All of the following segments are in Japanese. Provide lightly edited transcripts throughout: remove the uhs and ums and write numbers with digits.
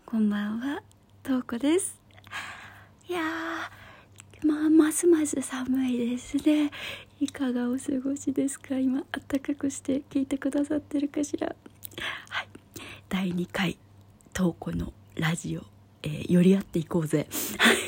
こんばんは、とうこです。いやますます寒いですね。いかがお過ごしですか？今暖かくして聞いてくださってるかしら。はい、第2回とうこのラジオ、より合っていこうぜ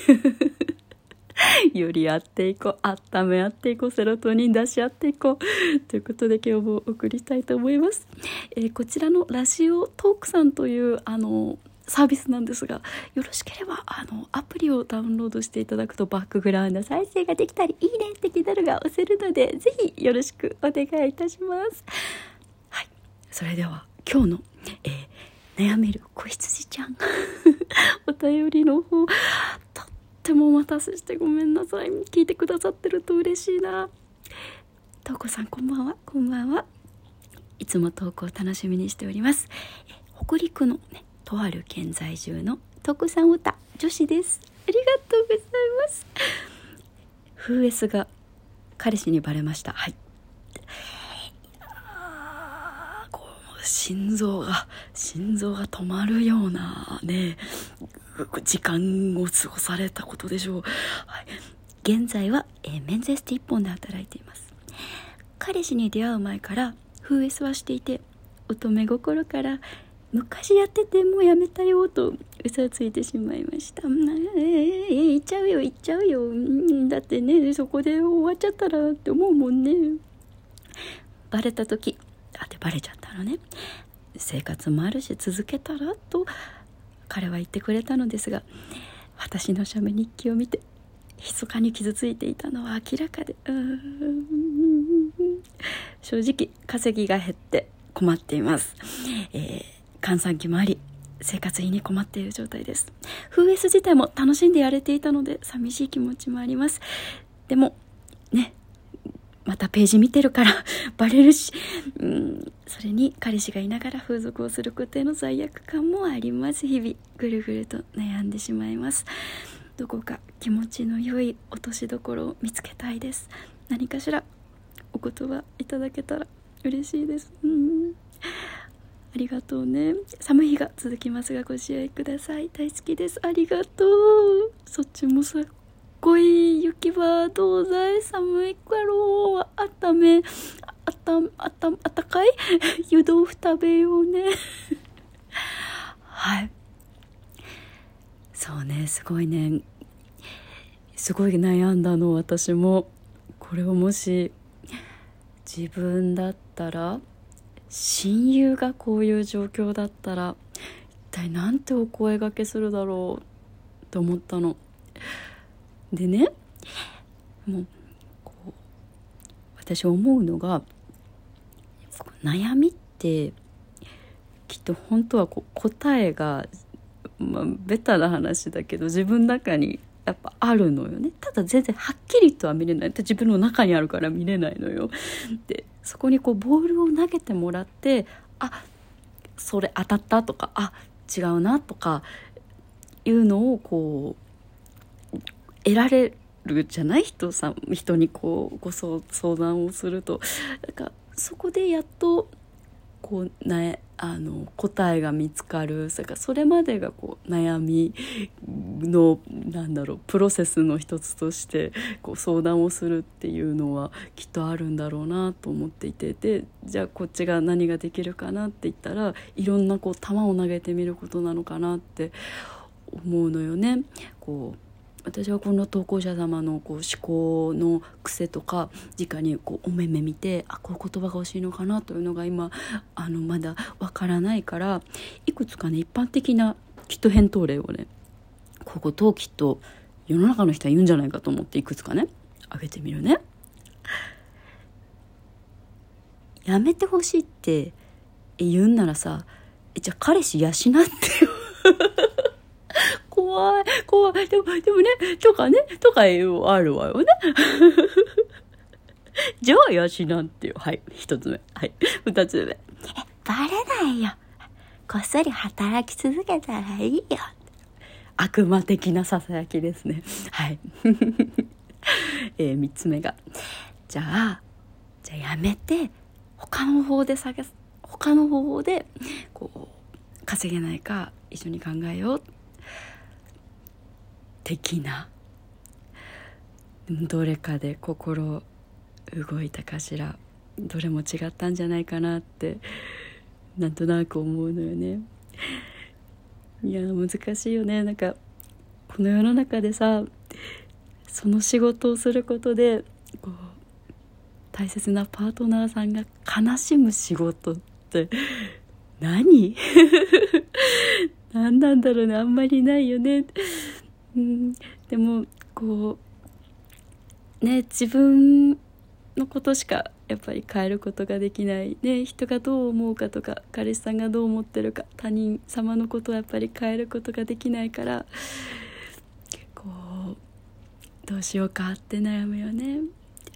より合っていこう、温め合っていこう、セロトニン出し合っていこうということで今日もお送りしたいと思います。こちらのラジオトークさんというサービスなんですが、よろしければアプリをダウンロードしていただくとバックグラウンド再生ができたり、いいねって機能が押せるので、ぜひよろしくお願いいたします。はい、それでは今日の、悩める子羊ちゃんお便りの方、とってもお待たせしてごめんなさい。聞いてくださってると嬉しいな。とうこさん、こんばんは。こんばんは。いつも投稿を楽しみにしております。北陸のね、とある県在住の徳さん歌女子です。ありがとうございます。風 S が彼氏にバレました。はい、こう心臓が止まるようなね時間を過ごされたことでしょう。はい、現在は、メンズエステ一本で働いています。彼氏に出会う前から風 S はしていて、乙女心から昔やっててもうやめたよと嘘をついてしまいました。言っちゃうよ、だってね、そこで終わっちゃったらって思うもんね。バレた時、バレちゃったのね。生活もあるし続けたらと彼は言ってくれたのですが、私の写メ日記を見て密かに傷ついていたのは明らかで、正直稼ぎが減って困っています。閑散期もあり生活費に困っている状態です。風 S 自体も楽しんでやれていたので寂しい気持ちもあります。でもね、またページ見てるからバレるし、それに彼氏がいながら風俗をすることへの罪悪感もあります。日々ぐるぐると悩んでしまいます。どこか気持ちの良い落としどころを見つけたいです。何かしらお言葉いただけたら嬉しいです。ありがとうね。寒い日が続きますがご自愛ください。大好きです。ありがとう。そっちもすっごい雪はどうだい？寒いかろう。あったかい湯豆腐食べようねはい、そうね、すごい悩んだの。私もこれをもし自分だったら、親友がこういう状況だったら一体なんてお声掛けするだろうと思ったのでね、もう私思うのが、悩みってきっと本当は答えが、ベタな話だけど自分の中にやっぱあるのよね。ただ全然はっきりとは見れない。自分の中にあるから見れないのよ。でそこにボールを投げてもらって、それ当たったとか、違うなとかいうのを得られるじゃない？人にご相談をすると、だからそこでやっと答えが見つかる。それまでが悩みのプロセスの一つとして相談をするっていうのはきっとあるんだろうなと思っていて、でじゃあこっちが何ができるかなって言ったら、いろんな球を投げてみることなのかなって思うのよね。私はこの投稿者様の思考の癖とか直にお目目見て、こういう言葉が欲しいのかなというのが今まだわからないから、いくつかね、一般的なきっと返答例をね、こういうことをきっと世の中の人は言うんじゃないかと思って、いくつかね挙げてみるね。やめてほしいって言うんならさ、じゃあ彼氏養ってよ怖いでもねとかあるわよねじゃあ養ってよ。はい、一つ目。はい、二つ目。バレないよ、こっそり働き続けたらいいよ。悪魔的なささやきですね。はい三つ目が、じゃあやめて他の方法で稼げないか一緒に考えよう的な、どれかで心動いたかしら、どれも違ったんじゃないかなってなんとなく思うのよね。いや難しいよね。なんかこの世の中でさ、その仕事をすることでこう大切なパートナーさんが悲しむ仕事って何何なんだろうね。あんまりないよね。でもこうね、自分のことしかやっぱり変えることができない、ね、人がどう思うかとか彼氏さんがどう思ってるか、他人様のことをやっぱり変えることができないから、こうどうしようかって悩むよね。なん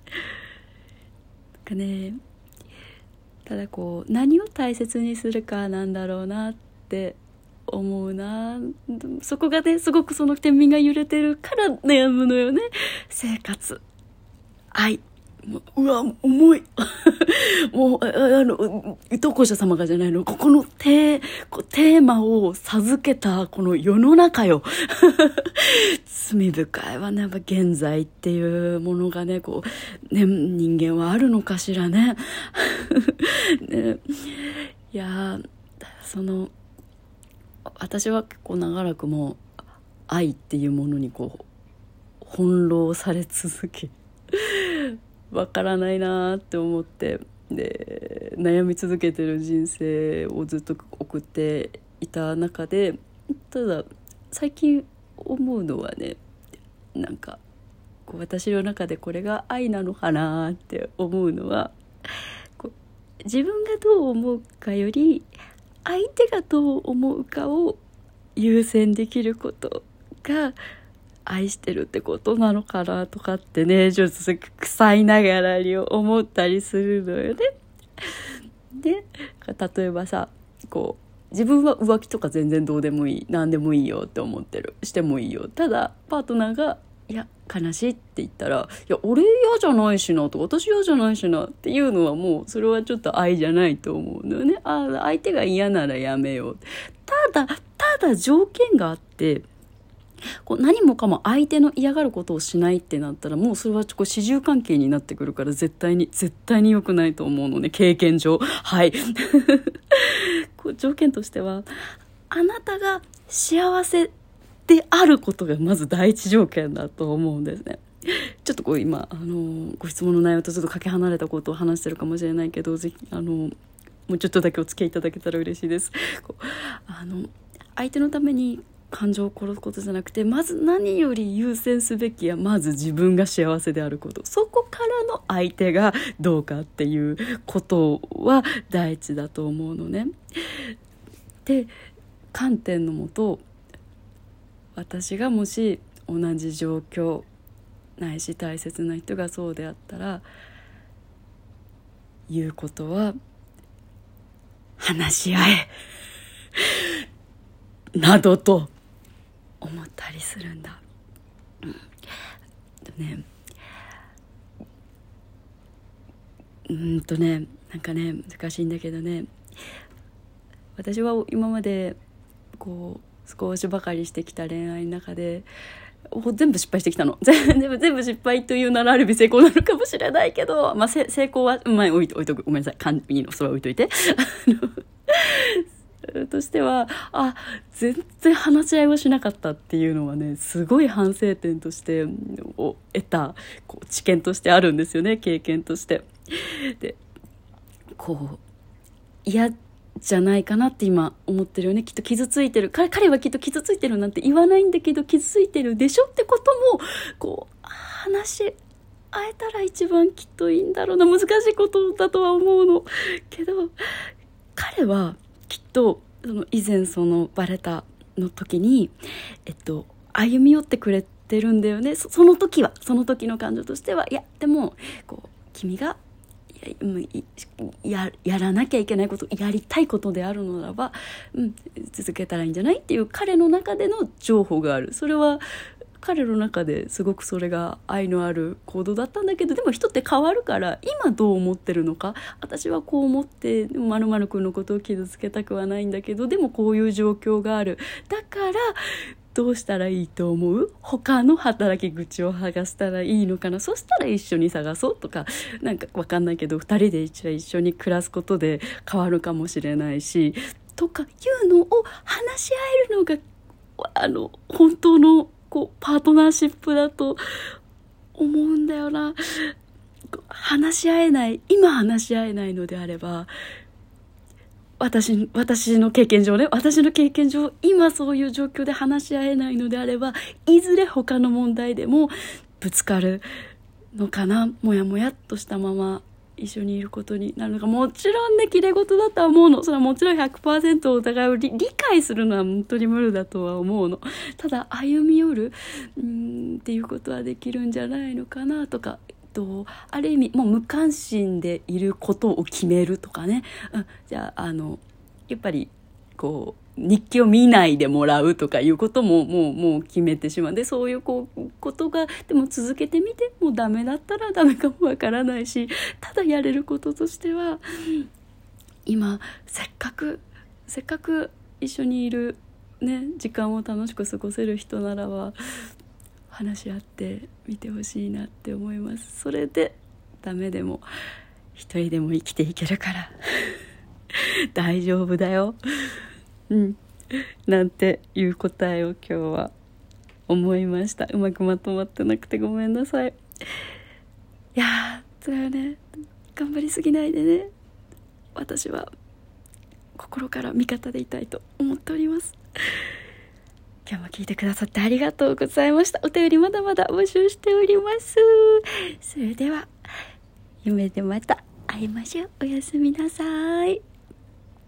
かね、ただこう何を大切にするかなんだろうなって思うな。そこがねすごくその天秤が揺れてるから悩むのよね。生活、愛、うわ重いもう投稿者様がじゃないの、ここのテーマを授けたこの世の中よ罪深いわね。やっぱ現在っていうものがね、こうね、人間はあるのかしらねね、いやその私は結構長らくもう愛っていうものにこう翻弄され続けわからないなって思って、で悩み続けてる人生をずっと送っていた中で、ただ最近思うのはね、なんかこう私の中でこれが愛なのかなって思うのは、こう自分がどう思うかより相手がどう思うかを優先できることが愛してるってことなのかなとかってね、ちょっと臭いながらに思ったりするのよね。で例えばさ、こう自分は浮気とか全然どうでもいい、何でもいいよって思ってる、してもいいよ。ただパートナーがいや悲しいって言ったら、いや俺嫌じゃないしなとか私嫌じゃないしなっていうのはもうそれはちょっと愛じゃないと思うのよね。相手が嫌ならやめよう。ただ条件があって、こう何もかも相手の嫌がることをしないってなったら、もうそれはこう始終関係になってくるから、絶対に良くないと思うのね、経験上。はいこう条件としては、あなたが幸せであることがまず第一条件だと思うんですね。ちょっとこう今ご質問の内容とちょっとかけ離れたことを話してるかもしれないけど、ぜひもうちょっとだけお付き合いいただけたら嬉しいです。こう相手のために感情を殺すことじゃなくて、まず何より優先すべきはまず自分が幸せであること、そこからの相手がどうかっていうことは第一だと思うのね。で観点のもと、私がもし同じ状況ないし大切な人がそうであったら、言うことは話し合えなどと思ったりするんだ。なんかね難しいんだけどね、私は今までこう少しばかりしてきた恋愛の中で全部失敗してきたの。全部失敗というならある意味成功なのかもしれないけど、成功は置いとく、ごめんなさい、いいの、それは置いといてとしては全然話し合いをしなかったっていうのはね、すごい反省点としてを得た知見としてあるんですよね、経験として。でこう嫌じゃないかなって今思ってるよね。きっと傷ついてる、彼はきっと傷ついてるなんて言わないんだけど傷ついてるでしょってこともこう話し合えたら一番きっといいんだろうな。難しいことだとは思うのけど、彼はきっと以前バレたの時に歩み寄ってくれてるんだよね。その時の感情としては、いやでもこう君がやらなきゃいけないこと、やりたいことであるのならば、続けたらいいんじゃないっていう彼の中での情報がある。それは彼の中ですごくそれが愛のある行動だったんだけど、でも人って変わるから、今どう思ってるのか、私はこう思って、でも〇〇くんのことを傷つけたくはないんだけど、でもこういう状況がある、だからどうしたらいいと思う？他の働き口を探したらいいのかな、そしたら一緒に探そうとか、なんか分かんないけど2人で一緒に暮らすことで変わるかもしれないしとかいうのを話し合えるのが本当のパートナーシップだと思うんだよな。話し合えない、今話し合えないのであれば、私の経験上ね、今そういう状況で話し合えないのであれば、いずれ他の問題でもぶつかるのかな、もやもやっとしたまま一緒にいることになるのか。もちろんね、綺麗事だとは思うの。それはもちろん 100% お互いを理解するのは本当に無理だとは思うの。ただ歩み寄るっていうことはできるんじゃないのかなとか、ある意味もう無関心でいることを決めるとかね、じゃあやっぱり日記を見ないでもらうとかいうことももう決めてしまう。でそういうことがでも続けてみてもうダメだったらダメかもわからないし、ただやれることとしては、今せっかく一緒にいるね、時間を楽しく過ごせる人ならば話し合ってみてほしいなって思います。それでダメでも一人でも生きていけるから大丈夫だよ、なんていう答えを今日は思いました。うまくまとまってなくてごめんなさい。いやーだよね、頑張りすぎないでね。私は心から味方でいたいと思っております。今日も聞いてくださってありがとうございました。お便りまだまだ募集しております。それでは夢でまた会いましょう。おやすみなさい。